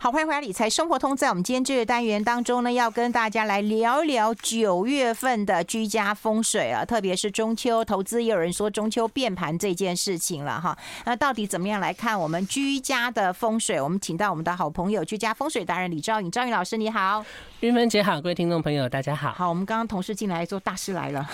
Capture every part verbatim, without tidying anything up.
好，欢迎回来理财生活通。在我们今天这个单元当中呢，要跟大家来聊一聊九月份的居家风水啊，特别是中秋投资，也有人说中秋变盘这件事情了哈。那到底怎么样来看我们居家的风水？我们请到我们的好朋友居家风水达人李昭颖，昭颖老师你好。 玉芬姐好，各位听众朋友大家好。 好，我们刚刚同事进来说大师来了。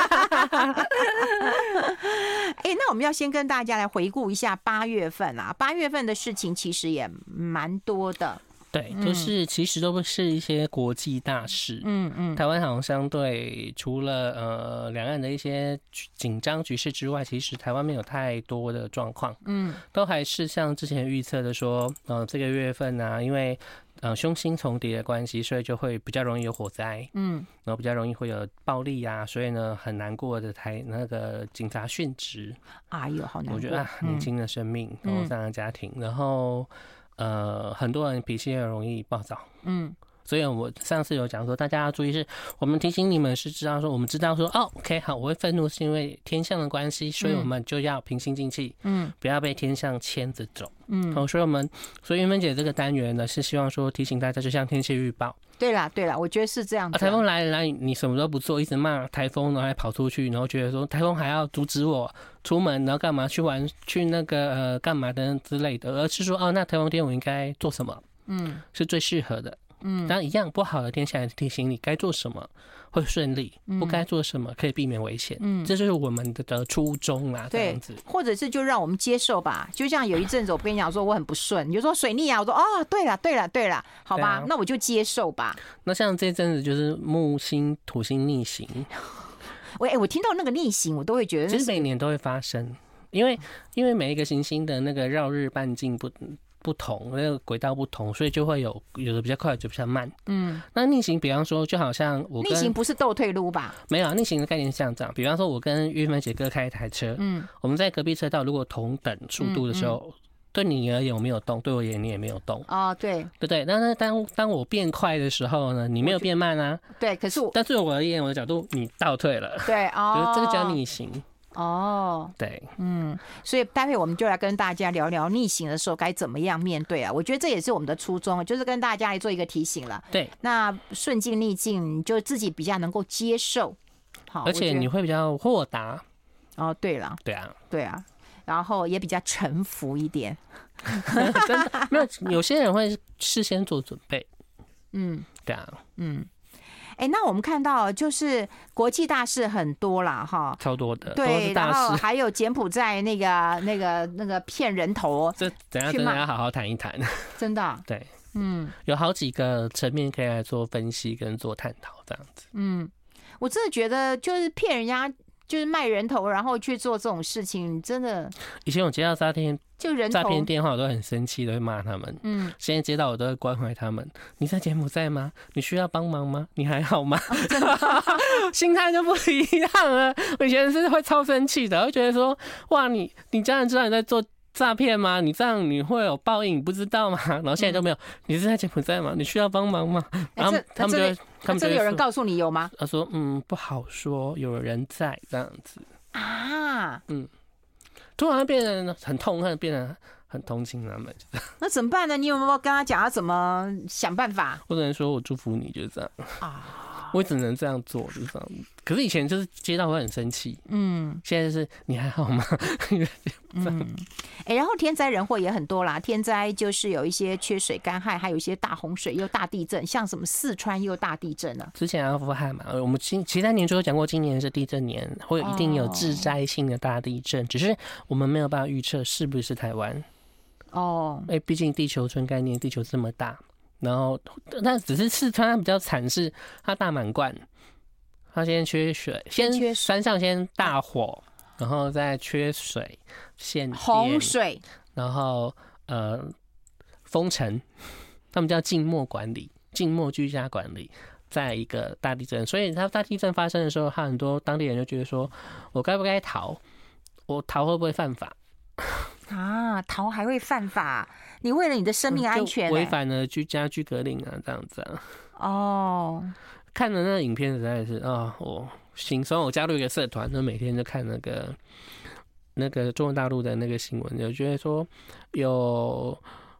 哎，那我们要先跟大家来回顾一下八月份啊，八月份的事情其实也蛮多的。 对，就是其实都是一些国际大事。嗯嗯，台湾好像相对除了呃两岸的一些紧张局势之外，其实台湾没有太多的状况。嗯，都还是像之前预测的说，呃这个月份啊，因为呃凶星重叠的关系，所以就会比较容易有火灾。嗯，然后比较容易会有暴力啊，所以呢很难过的台那个警察殉职。 哎呦，好难过！ 我觉得啊，年轻的生命，然后这样的家庭，然后。呃，很多人脾气很容易暴躁，嗯，所以我上次有讲说，大家要注意是，我们提醒你们是知道说，我们知道说，哦 ，OK， 好，我会愤怒是因为天象的关系，所以我们就要平心静气，嗯，不要被天象牵着走，嗯，好，所以我们，所以云芬姐这个单元呢，是希望说提醒大家，就像天气预报。 对啦，对啦，我觉得是这样子、啊。 台风来了，来你什么都不做，一直骂台风，然后还跑出去，然后觉得说台风还要阻止我出门，然后干嘛去玩，去那个呃干嘛等等之类的，而是说哦，那台风天我应该做什么？嗯，是最适合的。嗯，当然一样不好的天下来提醒你该做什么会顺利，不该做什么可以避免危险。嗯，这就是我们的初衷啦。这样子， 或者是就让我们接受吧。就像有一阵子我跟你讲说我很不顺，你就说水逆啊，我说哦，对了，对了，对了，好吧，啊、那我就接受吧。 那像这阵子就是木星、土星逆行， 我哎、欸，我听到那个逆行，我都会觉得其实每年都会发生，因为因为每一个行星的那个绕日半径不。不同那个轨道不同，所以就会有有的比较快，有的比较慢。嗯，那逆行，比方说，就好像我跟逆行不是倒退路吧？ 没有，逆行的概念是像这样。比方说，我跟玉芬姐哥开一台车，嗯，我们在隔壁车道如果同等速度的时候，嗯嗯、对你而言我没有动，对我而言你也没有动。 哦，对， 对对。那当当我变快的时候呢，你没有变慢啊。 对，可是我， 但对我而言，我的角度你倒退了。 对哦， 就是这个叫逆行。 哦， 对， 嗯，所以待会我们就来跟大家聊聊逆行的时候该怎么样面对啊。我觉得这也是我们的初衷，就是跟大家来做一个提醒了。 对， 那顺境逆境，你就自己比较能够接受，好， 而且你会比较豁达。 哦，对了， 对啊， 对啊，然后也比较臣服一点。 真的没有，有些人会事先做准备。嗯，对啊，嗯。 哎、欸，那我们看到就是国际大事很多啦，哈， 超多的， 对，然后还有柬埔寨那个、那个、那个骗人头， 这等一下真的要好好谈一谈， 真的、啊， 对，嗯，有好几个层面可以来做分析跟做探讨，这样子， 嗯，我真的觉得就是骗人家，就是卖人头，然后去做这种事情，真的。 以前我接到诈骗就人诈骗电话，我都很生气，都会骂他们。嗯，现在接到我都会关怀他们。你在柬埔寨吗？你需要帮忙吗？你还好吗？哦、真的心态就不一样了。我以前是会超生气的，会觉得说，哇，你你家人知道你在做诈骗吗？你这样你会有报应，你不知道吗？然后现在就没有。嗯、你是在柬埔寨吗？你需要帮忙吗？然后他们就会，欸、他们就会真的有人告诉你有吗？ 他说，嗯，不好说，有人在这样子啊， 嗯。突然变得很痛恨，变得很同情他们。 那怎么办呢？你有没有跟他讲要怎么想办法？ 我只能说我祝福你，就是这样啊。我只能这样做，就是这样。可是以前就是接到会很生气，嗯，现在就是你还好吗？ 嗯，哎、欸，然后天灾人祸也很多啦。天灾就是有一些缺水、干旱，还有一些大洪水，又大地震，像什么四川又大地震了。 之前阿富汗嘛，我们其他年就有讲过，今年是地震年，会一定有致灾性的大地震，哦、只是我们没有办法预测是不是台湾。哦，哎，毕竟地球村概念，地球这么大，然后那只是四川它比较惨，是它大满贯。他先缺水，先山上先大火，然后再缺水、限电、 洪水， 然后呃封城，他们叫静默管理、静默居家管理，在一个大地震，所以他大地震发生的时候，他很多当地人就觉得说，我该不该逃？我逃会不会犯法？ 啊，逃还会犯法？你为了你的生命安全、欸， 违反了居家居隔令啊，这样子啊。 哦。 看了那个影片实在是啊，我心酸。我加入一个社团，就每天就看那个那个中国大陆的那个新闻，就觉得说有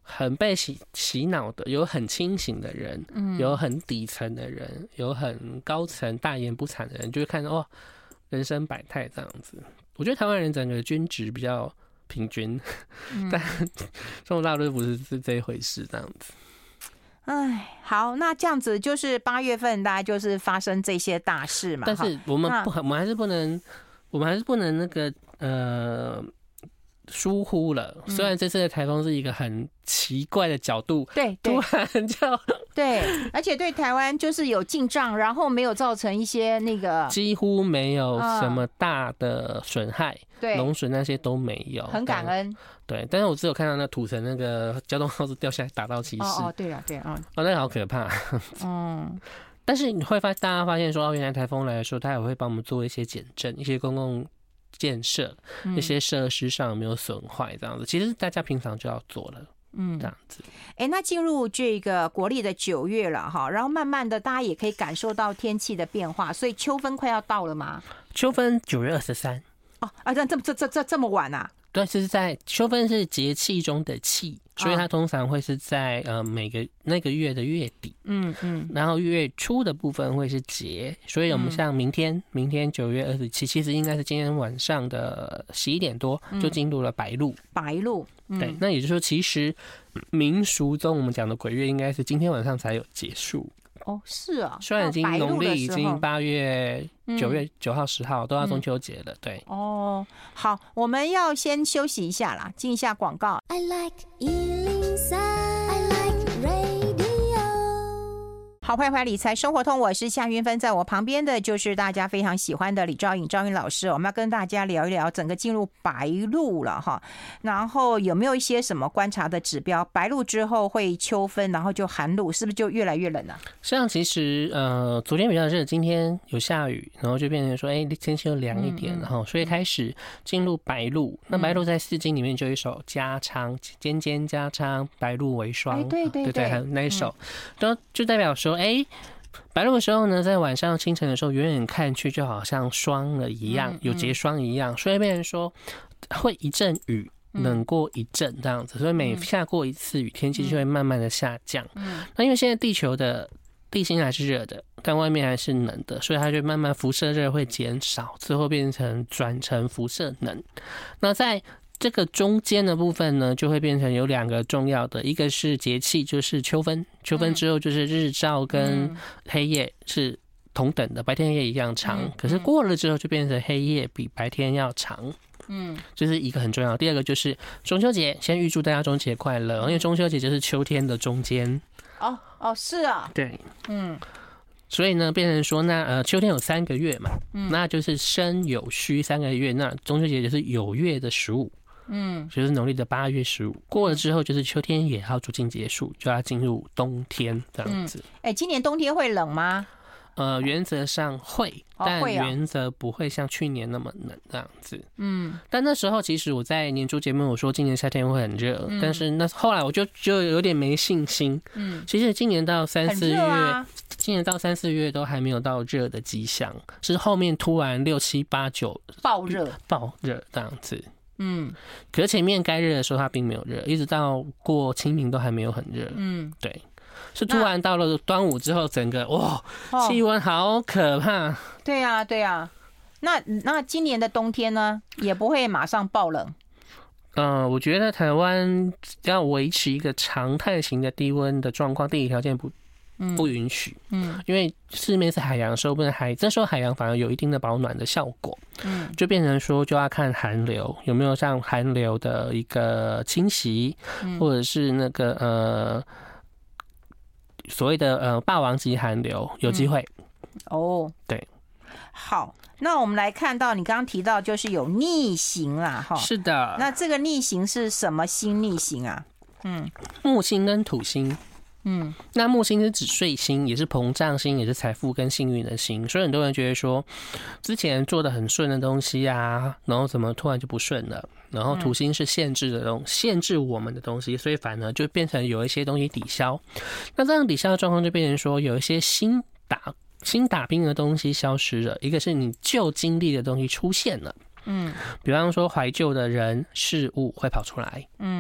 很被洗洗脑的，有很清醒的人，嗯，有很底层的人，有很高层大言不惭的人，就会看到哦，人生百态这样子。我觉得台湾人整个均值比较平均，嗯、但中国大陆不是是这一回事这样子。 哎，好，那这样子就是八月份大概就是发生这些大事嘛。 但是我们不，我们还是不能，我们还是不能那个呃。疏忽了，虽然这次的台风是一个很奇怪的角度， 对、嗯，突然就对，而且对台湾就是有进账，然后没有造成一些那个几乎没有什么大的损害，对、嗯，农损那些都没有， 很感恩。 对，但是我只有看到那土城那个交通号子掉下来打到骑士， 哦哦，对了对了，哦， 那个好可怕，嗯。但是你会发，大家发现说，哦，原来台风来的时候，他也会帮我们做一些减震，一些公共建设，一些设施上有没有损坏，这样子，其实大家平常就要做了，嗯，这样子。 哎、欸，那进入这个国历的九月了哈，然后慢慢的大家也可以感受到天气的变化，所以秋分快要到了吗？ 秋分九月二十三。 哦啊，这这这这这这么晚啊？ 对，是在秋分是节气中的气，所以它通常会是在呃每个那个月的月底，嗯嗯，然后月初的部分会是节，所以我们像明天，嗯、明天九月二十七，其实应该是今天晚上的十一点多就进入了白露，嗯、 白露， 嗯、对，那也就是说，其实民俗中我们讲的鬼月应该是今天晚上才有结束。 哦，是啊， 虽然已经农历已经八月九月九号十号都要中秋节了，嗯、对。 哦，好，我们要先休息一下啦，进一下广告。I like 一零三 I like radio。好，欢迎回来理财生活通，我是夏云芬，在我旁边的就是大家非常喜欢的李兆颖兆颖老师，我们要跟大家聊一聊整个进入白露了哈，然后有没有一些什么观察的指标？白露之后会秋分，然后就寒露，是不是就越来越冷啊？ 像其实呃，昨天比较热，今天有下雨，然后就变成说，哎、欸，天气又凉一点，然后、嗯、所以开始进入白露。那白露在四经里面就有一首加昌，尖尖加昌，白露为霜， 哎、对对对, 对, 对，还有那一首，都、嗯、就代表说。哎、欸，白露的时候呢，在晚上清晨的时候，远远看去就好像霜了一样，嗯、有结霜一样，所以变成说会一阵雨，冷过一阵这样子，所以每下过一次雨，天气就会慢慢的下降。嗯，那因为现在地球的地心还是热的，但外面还是冷的，所以它就慢慢辐射热会减少，最后变成转成辐射冷。那在这个中间的部分呢，就会变成有两个重要的，一个是节气，就是秋分，秋分之后就是日照跟黑夜是同等的，白天黑夜一样长，可是过了之后就变成黑夜比白天要长。嗯，这是一个很重要的。第二个就是中秋节，先预祝大家中秋节快乐，因为中秋节就是秋天的中间。 哦哦，是啊， 对，嗯。所以呢，变成说那呃，秋天有三个月嘛，嗯、那就是申酉戌三个月，那中秋节就是酉月的十五。嗯，就是农历的八月十五过了之后，就是秋天也要逐渐结束，就要进入冬天这样子。 哎、嗯欸，今年冬天会冷吗？ 呃，原则上会，但原则不会像去年那么冷这样子。嗯，但那时候其实我在年初节目我说今年夏天会很热、嗯，但是那后来我就就有点没信心。嗯，其实今年到三四月、啊，今年到三四月都还没有到热的迹象，是后面突然六七八九爆热， 爆热这样子。嗯，可是前面该热的时候它并没有热，一直到过清明都还没有很热。嗯，对，是突然到了端午之后，整个哇，气温好可怕。 对啊，对啊。那那今年的冬天呢，也不会马上爆冷。 嗯、呃，我觉得台湾要维持一个常态型的低温的状况，地理条件不。不允许，嗯，因为四面是海洋的时候，不能海，这时候海洋反而有一定的保暖的效果，嗯，就变成说就要看寒流有没有像寒流的一个侵袭，嗯、或者是那个呃所谓的呃霸王级寒流，有机会、嗯、 哦， 对， 好。那我们来看到你刚刚提到就是有逆行啦，哈， 是的。 那这个逆行是什么星逆行啊？嗯， 木星跟土星。嗯，那木星是指岁星，也是膨胀星，也是财富跟幸运的星，所以很多人觉得说，之前做的很顺的东西啊，然后怎么突然就不顺了？然后土星是限制的东西，限制我们的东西，所以反而就变成有一些东西抵消。那这样抵消的状况就变成说，有一些新打新打兵的东西消失了，一个是你旧经历的东西出现了。嗯，比方说怀旧的人事物会跑出来。嗯。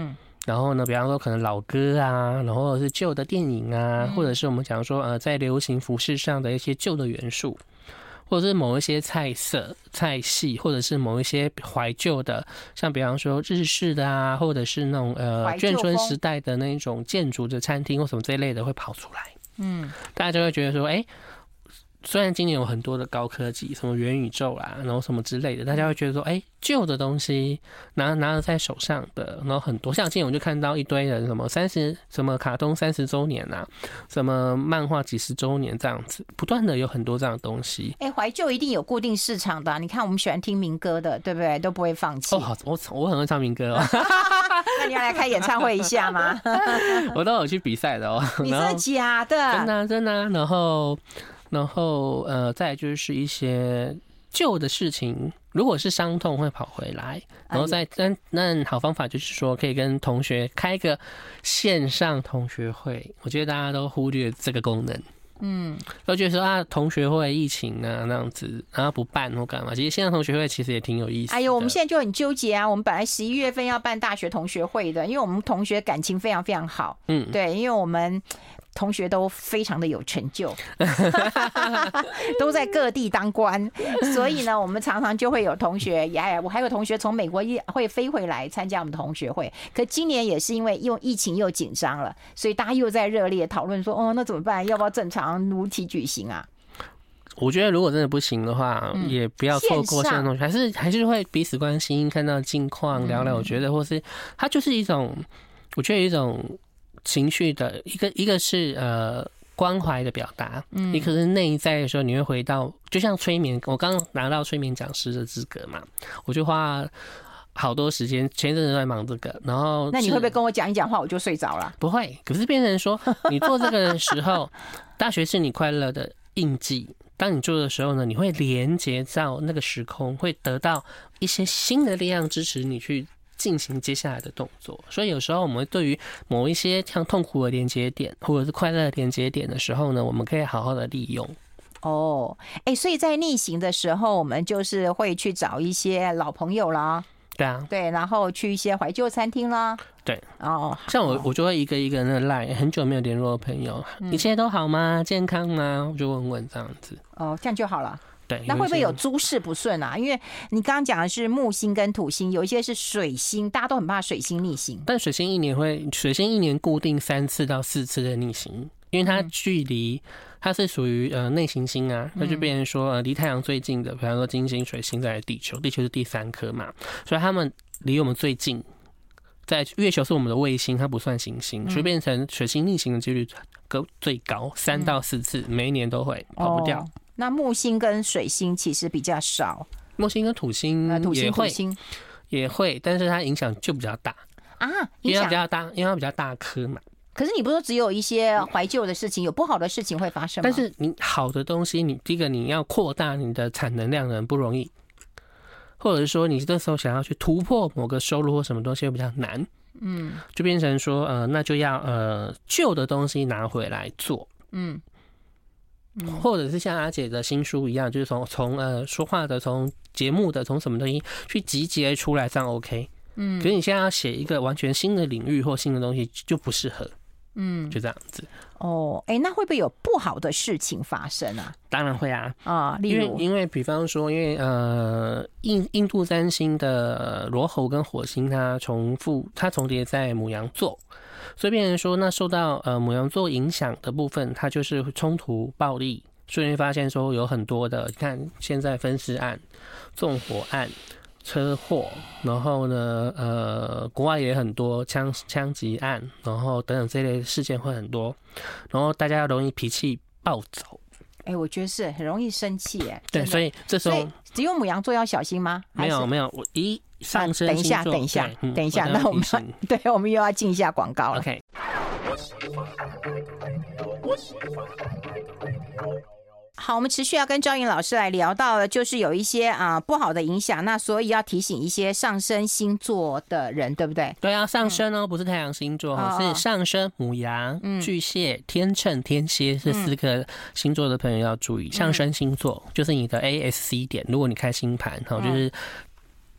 然后呢，比方说可能老歌啊，然后是旧的电影啊，嗯、或者是我们讲说呃，在流行服饰上的一些旧的元素，或者是某一些菜色、菜系，或者是某一些怀旧的，像比方说日式的啊，或者是那种呃眷村时代的那种建筑的餐厅或什么这一类的会跑出来。嗯，大家就会觉得说，哎、欸。虽然今年有很多的高科技，什么元宇宙啦，然后什么之类的，大家会觉得说，哎、欸，旧的东西拿拿着在手上的，然后很多，像今天我就看到一堆人什么三十什么卡通三十周年啊，什么漫画几十周年这样子，不断的有很多这样的东西。 哎、欸，怀旧一定有固定市场的、啊，你看我们喜欢听民歌的，对不对？都不会放弃。 哦，好，我我很会唱民歌哦。 那你要来开演唱会一下吗？ 我都有去比赛的哦。 你真的假的？ 真的、啊、真的、啊，然后。然后呃，再来就是一些旧的事情，如果是伤痛会跑回来，然后再那那好方法就是说，可以跟同学开个线上同学会。我觉得大家都忽略这个功能，嗯，都觉得说啊，同学会疫情啊那样子，然后不办或干嘛。其实线上同学会其实也挺有意思的。 哎呦，我们现在就很纠结啊！我们本来十一月份要办大学同学会的，因为我们同学感情非常非常好，嗯，对，因为我们。同学都非常的有成就，都在各地当官，所以呢，我们常常就会有同学，呀，我还有同学从美国会飞回来参加我们同学会。可今年也是因为又疫情又紧张了，所以大家又在热烈讨论说，哦，那怎么办？要不要正常如期举行啊？ 我觉得如果真的不行的话，嗯、也不要错过线上同学，还是还是会彼此关心，看到近况聊聊。我觉得，或是它就是一种，我觉得一种。情绪的一个一个是呃关怀的表达，嗯，一个是内在的时候，你会回到就像催眠，我刚拿到催眠讲师的资格嘛，我就花好多时间，前一阵子在忙这个，然后那你会不会跟我讲一讲话我就睡着了？ 不会，可是变成说你做这个的时候，大学是你快乐的印记。当你做的时候呢，你会连接到那个时空，会得到一些新的力量支持你去。进行接下来的动作，所以有时候我们对于某一些像痛苦的连接点，或者是快乐的连接点的时候呢，我们可以好好的利用。 哦，哎、欸，所以在逆行的时候，我们就是会去找一些老朋友啦， 对啊， 对，然后去一些怀旧餐厅啦， 对，哦，像我我就会一个一个那赖很久没有联络的朋友，嗯、一切都好吗？健康吗？我就问问这样子。 哦，这样就好了。 对， 那会不会有诸事不顺啊？因为你刚刚讲的是木星跟土星，有一些是水星，大家都很怕水星逆行。 但水星一年会，水星一年固定三次到四次的逆行，因为它距离它是属于呃内行星啊，那就变成说呃离太阳最近的，比方说金星、水星在地球，地球是第三颗嘛，所以他们离我们最近。在月球是我们的卫星，它不算行星，所以变成水星逆行的几率最高，三到四次，每一年都会跑不掉。哦， 那木星跟水星其实比较少， 木星跟土星也会，也会，但是它影响就比较大啊， 因为它比较大，因为它比较大颗嘛。 可是你不是说只有一些怀旧的事情，有不好的事情会发生吗？ 但是你好的东西，你第一个你要扩大你的产能量的不容易。或者是说你这时候想要去突破某个收入或什么东西会比较难，嗯，就变成说呃，那就要呃旧的东西拿回来做，嗯，或者是像阿姐的新书一样，就是从从呃说话的、从节目的、从什么东西去集结出来，这样 OK，嗯，可是你现在要写一个完全新的领域或新的东西就不适合，嗯，就这样子。 哦，哎、欸，那会不会有不好的事情发生啊？ 当然会啊， 啊，例如， 因为因为比方说，因为呃，印印度占星的罗喉跟火星它重复，它重叠在牡羊座，所以变成说，那受到呃牡羊座影响的部分，它就是冲突、暴力，所以会发现说有很多的，你看现在分尸案、纵火案。车祸，然后呢，呃，国外也很多枪枪击案，然后等等这类事件会很多，然后大家容易脾气暴走。 哎、欸，我觉得是很容易生气，哎， 对，所以这时候只有牡羊座要小心吗？ 没有没有，我一上升、啊， 等一下，等一下，嗯、等一下，那我们对，我们又要进一下广告了。 OK。 好，我们持续要跟昭颖老师来聊到的，就是有一些啊、呃、不好的影响，那所以要提醒一些上升星座的人，对不对？ 对啊，上升哦，嗯、不是太阳星座，哦、是上升牡羊、嗯、巨蟹、天秤、天蝎这四个星座的朋友要注意。嗯、上升星座就是你的 A S C 点，如果你开星盘，哈、嗯，就是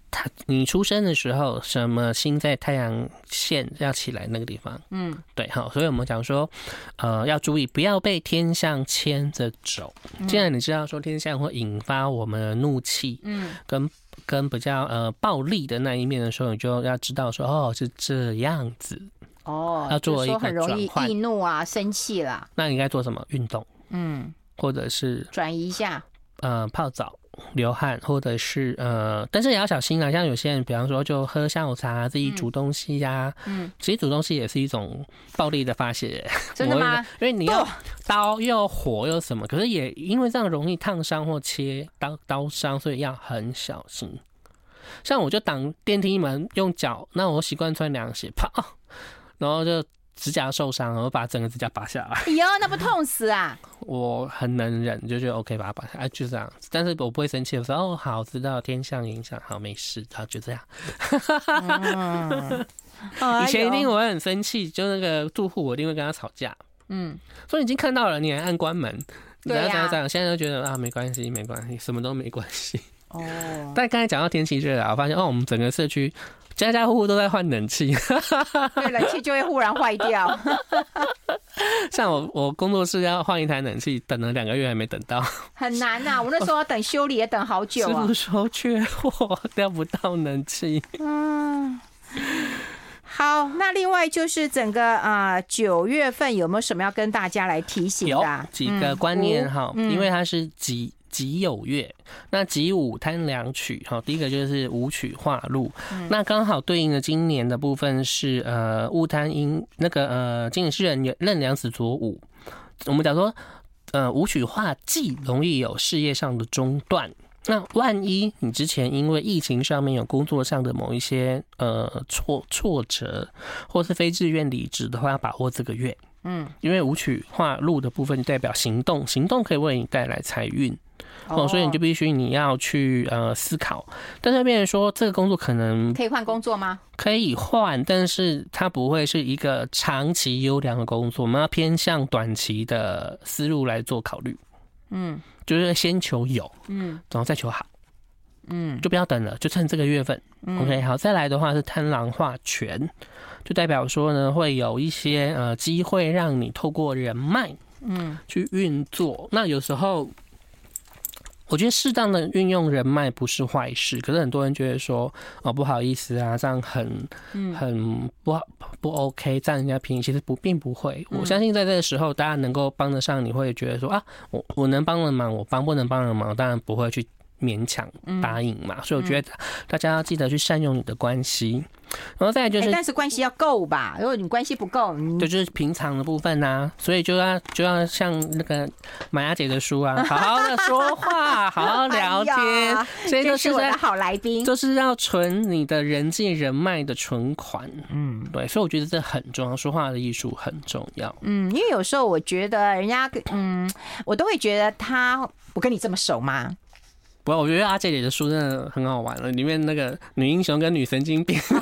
他你出生的时候，什么星在太阳线要起来那个地方？嗯，对，好，所以我们讲说，呃，要注意不要被天象牵着走。既然你知道说天象会引发我们的怒气，嗯，跟跟比较呃暴力的那一面的时候，你就要知道说，哦，是这样子。哦，要做一个转换， 很容易易怒啊，生气啦。 那你应该做什么运动？嗯，或者是转移一下， 呃，泡澡、流汗，或者是呃，但是也要小心啊。像有些人，比方说就喝下午茶，自己煮东西呀、啊，嗯，其实煮东西也是一种暴力的发泄。 真的吗？ 因为你要刀又火又什么，可是也因为这样容易烫伤或切刀刀伤，所以要很小心。像我就挡电梯门用脚，那我习惯穿凉鞋，啪。然后就指甲受伤，我把整个指甲拔下来。 哎呦，那不痛死啊！ 我很能忍，就觉得 OK， 把它拔下来，就这样子。但是我不会生气，我说哦，好，知道天象影响，好，没事，然后就这样。嗯、以前一定我会很生气，就那个住户，我一定会跟他吵架。嗯，所以已经看到了，你还按关门，怎样怎样怎样，现在就觉得啊，没关系，没关系，什么都没关系。哦。但刚才讲到天气热啊，我发现哦，我们整个社区。家家户户都在换冷气， 对，冷气就会忽然坏掉。 像我，我工作室要换一台冷气，等了两个月还没等到， 很难呐、啊。我那时候要等修理也等好久啊。 师傅说缺货，调不到冷气。嗯， 好，那另外就是整个啊九、呃、月份有没有什么要跟大家来提醒的、啊？ 有几个观念哈、嗯，因为它是几。己酉月，那己午贪凉曲，好，第一个就是武曲化禄、嗯，那刚好对应的今年的部分是呃戊贪阴那个呃今年是壬壬梁子左午，我们讲说呃武曲化忌容易有事业上的中断，那万一你之前因为疫情上面有工作上的某一些呃挫挫折，或是非自愿离职的话，要把握这个月，嗯，因为武曲化禄的部分代表行动，行动可以为你带来财运。哦，所以你就必须你要去呃思考，但是变成说这个工作可能可以换工作吗？ 可以换，但是它不会是一个长期优良的工作，我们要偏向短期的思路来做考虑。嗯，就是先求有，嗯，然后再求好，嗯，就不要等了，就趁这个月份。嗯、OK， 好，再来的话是贪狼化权，就代表说呢会有一些呃机会让你透过人脉，嗯，去运作。那有时候。我觉得适当的运用人脉不是坏事，可是很多人觉得说哦不好意思啊，这样很很不不 OK， 占人家便宜，其实不并不会。我相信在这个时候，大家能够帮得上，你会觉得说啊，我我能帮的忙我帮，不能帮的忙当然不会去勉强答应嘛。所以我觉得大家要记得去善用你的关系。然后再来就是、欸， 但是关系要够吧？如果你关系不够， 对，就是平常的部分啊，所以就要就要像那个玛雅姐的书啊，好好的说话，好好聊天，哎、 所以就是我的好来宾， 就是要存你的人际人脉的存款。嗯，对，所以我觉得这很重要，说话的艺术很重要。 嗯，因为有时候我觉得人家，嗯，我都会觉得他，我跟你这么熟吗？ 不，我觉得阿姐姐的书真的很好玩了，里面那个女英雄跟女神经病，你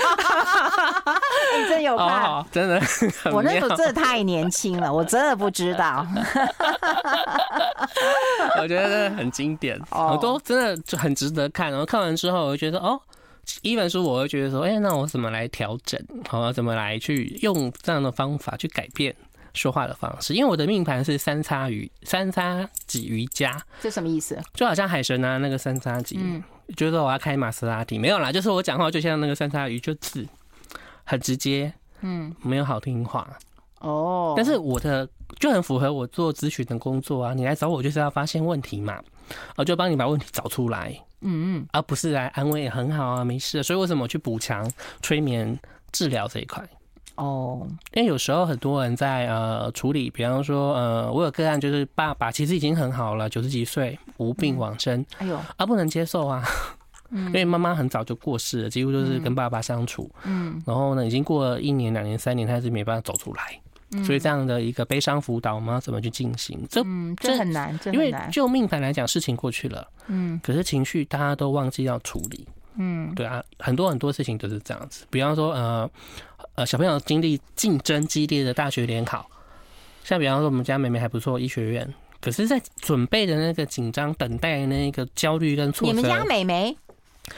真有看， 哦、真的， 我那时候真的太年轻了，我真的不知道。 我觉得真的很经典，我都真的就很值得看。然后看完之后，我就觉得哦，一本书我会觉得说，哎、欸，那我怎么来调整？好，怎么来去用这样的方法去改变说话的方式？因为我的命盘是三叉瑜三叉戟瑜伽， 这什么意思？ 就好像海神啊那个三叉戟，嗯，就是我要开玛莎拉蒂，没有啦，就是我讲话就像那个三叉鱼，就是很直接，嗯，没有好听话哦。但是我的就很符合我做咨询的工作啊，你来找我就是要发现问题嘛，我就帮你把问题找出来，嗯嗯，而不是来安慰很好啊，没事。所以为什么我去补强催眠治疗这一块？哦，因为有时候很多人在呃处理，比方说呃，我有个案就是爸爸其实已经很好了，九十几岁无病往生，嗯、哎呦，啊不能接受啊，嗯、因为妈妈很早就过世了，几乎就是跟爸爸相处，嗯，然后呢已经过了一年、两年、三年，他还是没办法走出来，嗯、所以这样的一个悲伤辅导，我们要怎么去进行？这嗯，这很难，这很难， 因为就命盘来讲，事情过去了，嗯，可是情绪大家都忘记要处理。嗯，对啊，很多很多事情都是这样子。比方说，呃呃，小朋友经历竞争激烈的大学联考，像比方说我们家妹妹还不错，医学院，可是在准备的那个紧张、等待的那个焦虑跟挫折。 你们家妹妹？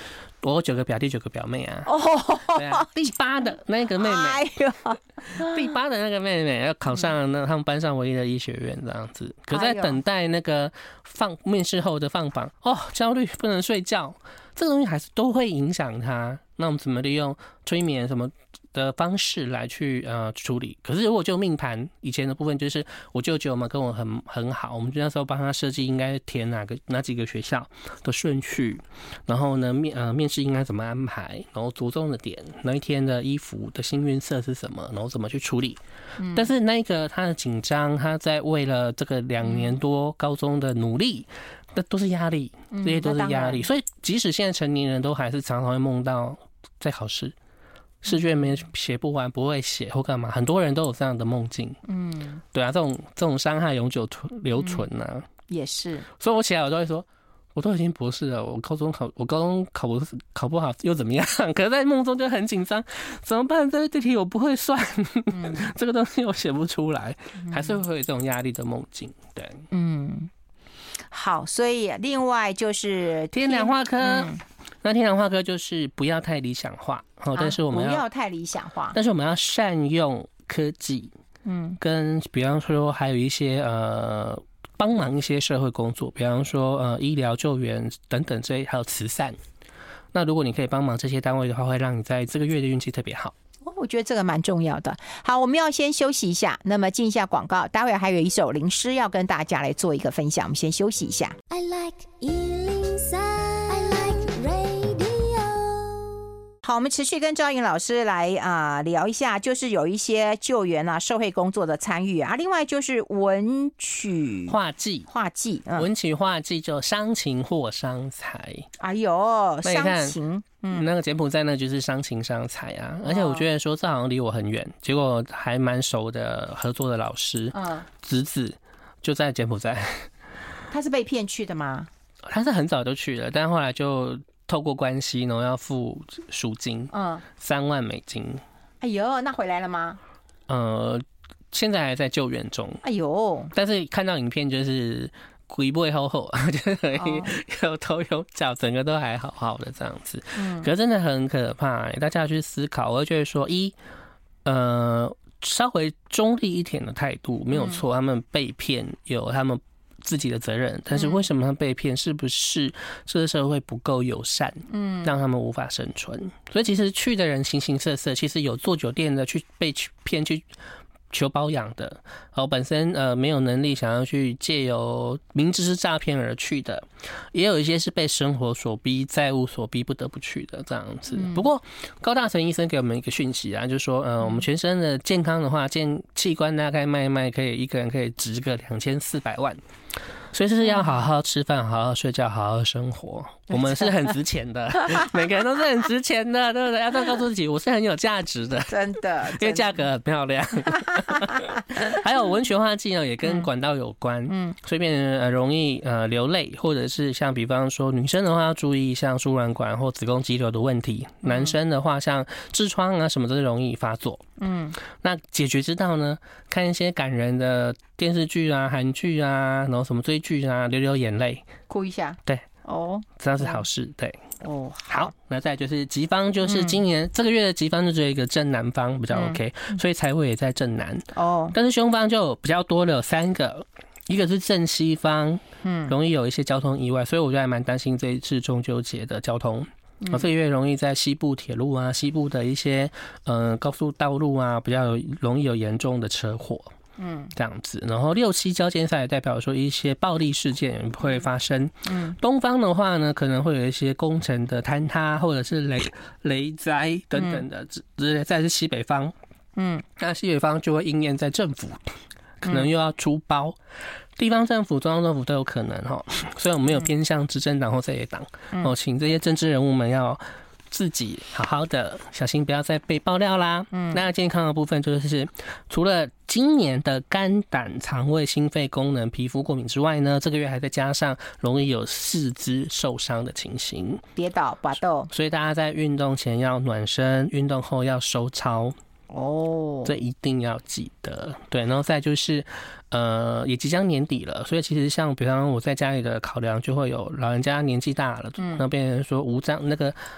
我有九个表弟九个表妹啊， 哦， 对啊，第八的那个妹妹， 哎呦， 第八的那个妹妹要考上那他们班上唯一的医学院这样子，可在等待那个放面试后的放榜，哦，焦虑不能睡觉，这个东西还是都会影响他。那我们怎么利用催眠什么的方式来去呃处理？可是如果就命盘以前的部分，就是我舅舅嘛跟我很很好，我们就那时候帮他设计应该填哪个哪几个学校的顺序，然后呢面呃面试应该怎么安排，然后着重的点，那一天的衣服的幸运色是什么，然后怎么去处理。嗯、但是那个他的紧张，他在为了这个两年多高中的努力。那都是压力，这些都是压力，所以即使现在成年人都还是常常会梦到在考试，试卷没写不完，不会写或干嘛，很多人都有这样的梦境。嗯，对啊，这种这种伤害永久留存啊、嗯， 也是。 所以我起来我都会说，我都已经博士了，我高中考我高中考不考不好又怎么样？可是在梦中就很紧张，怎么办？这这题我不会算，嗯、这个东西我写不出来，还是会有这种压力的梦境。对，嗯。 好，所以另外就是天梁化科、嗯，那天梁化科就是不要太理想化，哦，但是我们要、 啊、不要太理想化， 但是我们要善用科技，嗯，跟比方说还有一些呃帮忙一些社会工作，比方说呃医疗救援等等这些，还有慈善。那如果你可以帮忙这些单位的话，会让你在这个月的运气特别好。 我觉得这个蛮重要的。好，我们要先休息一下，那么进一下广告，待会还有一首灵诗要跟大家来做一个分享，我们先休息一下。I like 一零三 I like radio。 好，我们持续跟兆颖老师来啊、呃、聊一下，就是有一些救援啊、社会工作的参与啊，另外就是文曲画技， 画技、嗯、 文曲画技就伤情或伤财。 哎呦，伤情。 嗯，那个柬埔寨那就是伤情伤财啊，而且我觉得说这好像离我很远，结果还蛮熟的合作的老师，嗯，侄子就在柬埔寨。 他是被骗去的吗？ 他是很早就去了，但后来就透过关系，然后要付赎金，嗯，三万美金。 哎呦，那回来了吗？ 呃，现在还在救援中。 哎呦， 但是看到影片就是。鬼不会厚厚，就是有头有脚，整个都还好好的这样子。嗯，可是真的很可怕、欸，大家要去思考。我会觉得说，一，呃，稍微中立一点的态度没有错，他们被骗有他们自己的责任，但是为什么他们被骗？是不是这个社会不够友善，嗯，让他们无法生存？所以其实去的人形形色色，其实有做酒店的去被骗去。求包养的，然后本身呃没有能力想要去借由明知是诈骗而去的，也有一些是被生活所逼、债务所逼不得不去的这样子。不过高大成医生给我们一个讯息啊，就是说呃我们全身的健康的话，健器官大概卖一卖，可以一个人可以值个两千四百万。所以就是要好好吃饭，好好睡觉，好好生活。我们是很值钱的，每个人都是很值钱的，对不对？要这样告诉自己，我是很有价值的， 真的， 因为价格很漂亮。还有文曲化技呢，也跟管道有关，嗯，所以变成呃容易呃流泪，或者是像比方说女生的话要注意像输卵管或子宫肌瘤的问题，嗯、男生的话像痔疮啊什么都是容易发作。嗯，那解决之道呢？看一些感人的电视剧啊、韩剧啊，然后什么追剧啊，流流眼泪， 哭一下。 对， 哦， 这样是好事。对， 哦， 好，那再来就是吉方，就是今年、嗯、这个月的吉方就只有一个正南方比较 OK，、嗯、所以财位也在正南。哦，但是凶方就比较多的有三个，一个是正西方，嗯，容易有一些交通意外，所以我就还蛮担心这一次中秋节的交通。哦，这个月容易在西部铁路啊、西部的一些呃高速道路啊，比较有容易有严重的车祸，嗯，这样子。然后六七交界赛也代表说一些暴力事件会发生。嗯，东方的话呢，可能会有一些工程的坍塌或者是雷雷灾等等的，之类。再是西北方，嗯，那西北方就会应验在政府，可能又要出包。地方政府、中央政府都有可能哈，所以我们没有偏向执政党或在野党哦，请这些政治人物们要自己好好的小心，不要再被爆料啦。嗯，那健康的部分就是除了今年的肝胆肠胃心肺功能皮肤过敏之外呢，这个月还再加上容易有四肢受伤的情形， 跌倒、拔豆， 所以大家在运动前要暖身，运动后要收操。哦，这一定要记得。对，然后再就是，呃，也即将年底了，所以其实像比方我在家里的考量，就会有老人家年纪大了，嗯，那变成说无障那个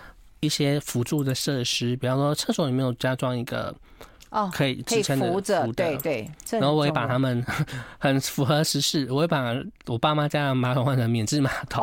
一些辅助的设施，比方说厕所里面有加装一个哦可以支撑的扶着，对对。 然后我会把他们很符合时事，我会把我爸妈家的马桶换成免治马桶。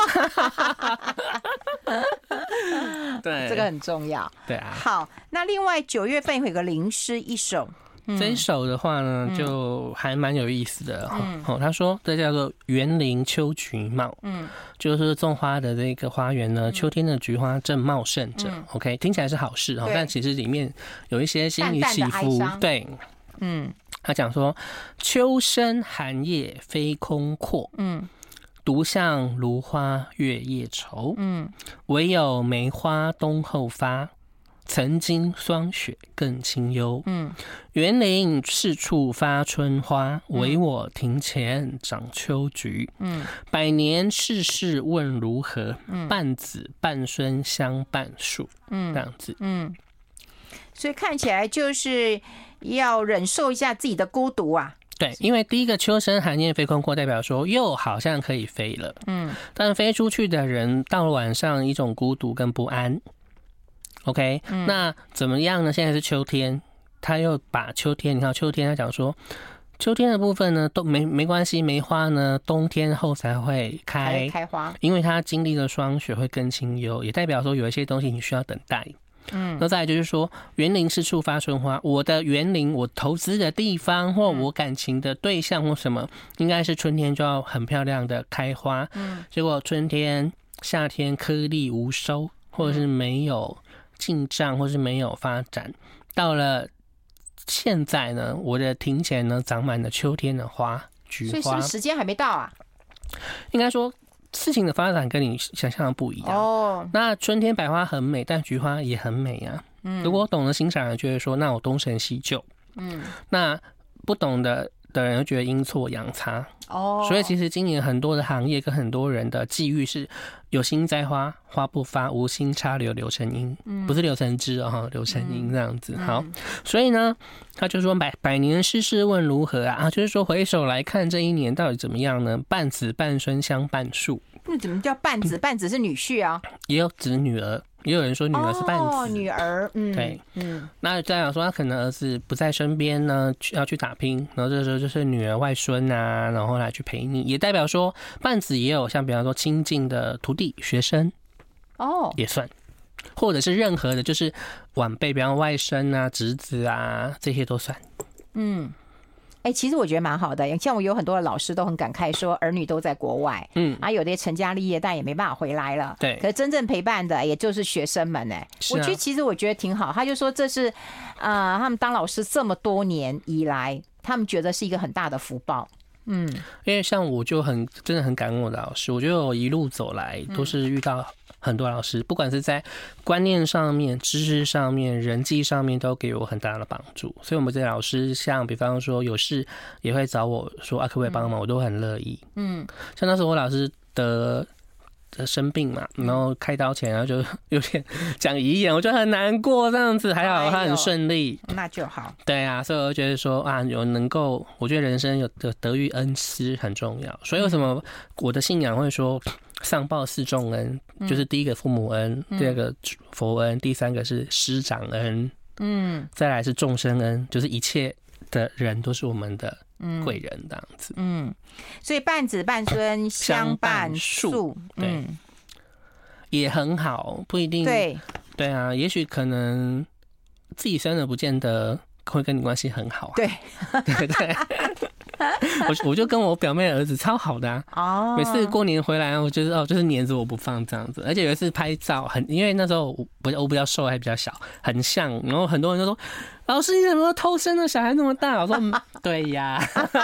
对， 这个很重要。 对啊。 好，那另外九月份有个灵诗一首。 嗯、这一首的话呢，就还蛮有意思的。嗯，哦，他说这叫做园林秋菊茂，嗯，就是种花的这个花园呢，秋天的菊花正茂盛着。嗯、OK， 听起来是好事哦，但其实里面有一些心理起伏。淡淡对，嗯，他讲说秋深寒夜飞空阔，嗯，独向芦花月夜愁，嗯，唯有梅花冬后发。曾经霜雪更清幽，嗯，园林四处发春花，唯我庭前长秋菊，嗯，百年世事问如何，嗯，半子半孙相伴树，嗯，这样子，嗯， 所以看起来就是要忍受一下自己的孤独啊。 对，因为第一个秋深寒夜飞空阔，代表说又好像可以飞了，嗯，但飞出去的人到了晚上一种孤独跟不安。OK，嗯、那怎么样呢？现在是秋天，他又把秋天，你看秋天，他讲说，秋天的部分呢，都没没关系，梅花呢，冬天后才会开开花， 因为它经历了霜雪会更清幽，也代表说有一些东西你需要等待。嗯，那再来就是说，园林是处发春花，我的园林，我投资的地方，或我感情的对象或什么，应该是春天就要很漂亮的开花。嗯，结果春天、夏天颗粒无收，或者是没有进账，或是没有发展，到了现在呢，我的庭前呢长满了秋天的花，菊花。 所以是不是时间还没到啊？ 应该说事情的发展跟你想象的不一样。哦，那春天百花很美，但菊花也很美啊。嗯，如果我懂得欣赏人就会说，那我东成西就。嗯，那不懂的的人就觉得阴错阳差。哦，所以其实今年很多的行业跟很多人的际遇是有心栽花花不发，无心插柳柳成荫，嗯、不是柳成枝哦，柳成荫这样子。好，所以呢，他就说百百年世事问如何啊，就是说回首来看这一年到底怎么样呢？半子半孙相伴树。 那怎么叫半子？半子是女婿啊， 也有子女儿。也有人说女儿是半子， 哦，女儿，嗯， 对，嗯，那再讲说他可能儿子不在身边呢，要去打拼，然后这时候就是女儿外孙啊，然后来去陪你，也代表说半子也有像比方说亲近的徒弟学生，哦，也算，或者是任何的就是晚辈，比方外甥啊、侄子啊，这些都算，嗯。 哎、欸，其实我觉得蛮好的，像我有很多的老师都很感慨说，儿女都在国外，嗯，啊，有的成家立业，但也没办法回来了， 对。 可是真正陪伴的，也就是学生们，哎、啊，我觉得其实我觉得挺好。他就说这是，呃，他们当老师这么多年以来，他们觉得是一个很大的福报。嗯， 因为像我就很真的很感恩我的老师，我觉得我一路走来都是遇到很多老师，不管是在观念上面、知识上面、人际上面，都给我很大的帮助。所以，我们这些老师，像比方说有事也会找我说啊，可不可以帮忙，我都很乐意。嗯，像那时候我老师得生病嘛，然后开刀前，然后就有点讲遗言，我就很难过这样子。还好他很顺利， 哎、那就好。 对啊，所以我就觉得说啊，有能够，我觉得人生有的得遇恩师很重要。所以为什么我的信仰会说上报四重恩，就是第一个父母恩，嗯、第二个佛恩，第三个是师长恩，嗯，再来是众生恩，就是一切的人都是我们的贵人这样子。 嗯，所以半子半孙相伴树， 对、嗯，也很好，不一定。 对对啊，也许可能自己生的不见得会跟你关系很好、啊。 对对对。我我就跟我表妹的儿子超好的啊，哦，每次过年回来，我就是哦，就是黏着我不放这样子。而且有一次拍照很，因为那时候我不我比较瘦还比较小，很像。然后很多人就说：“老师，你怎么偷生的小孩那么大？”我说：“嗯、对呀。”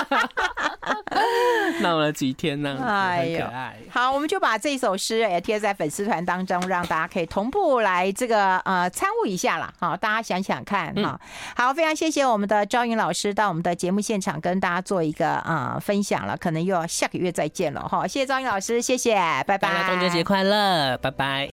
闹了几天呢，很可爱。 好，我们就把这首诗也贴在粉丝团当中，让大家可以同步来这个呃参悟一下啦。好，大家想想看哈、嗯。好，非常谢谢我们的昭云老师到我们的节目现场跟大家做一个啊、呃、分享了，可能又要下个月再见了哈。谢谢昭云老师，谢谢，拜拜。 大家中秋节快乐，拜拜。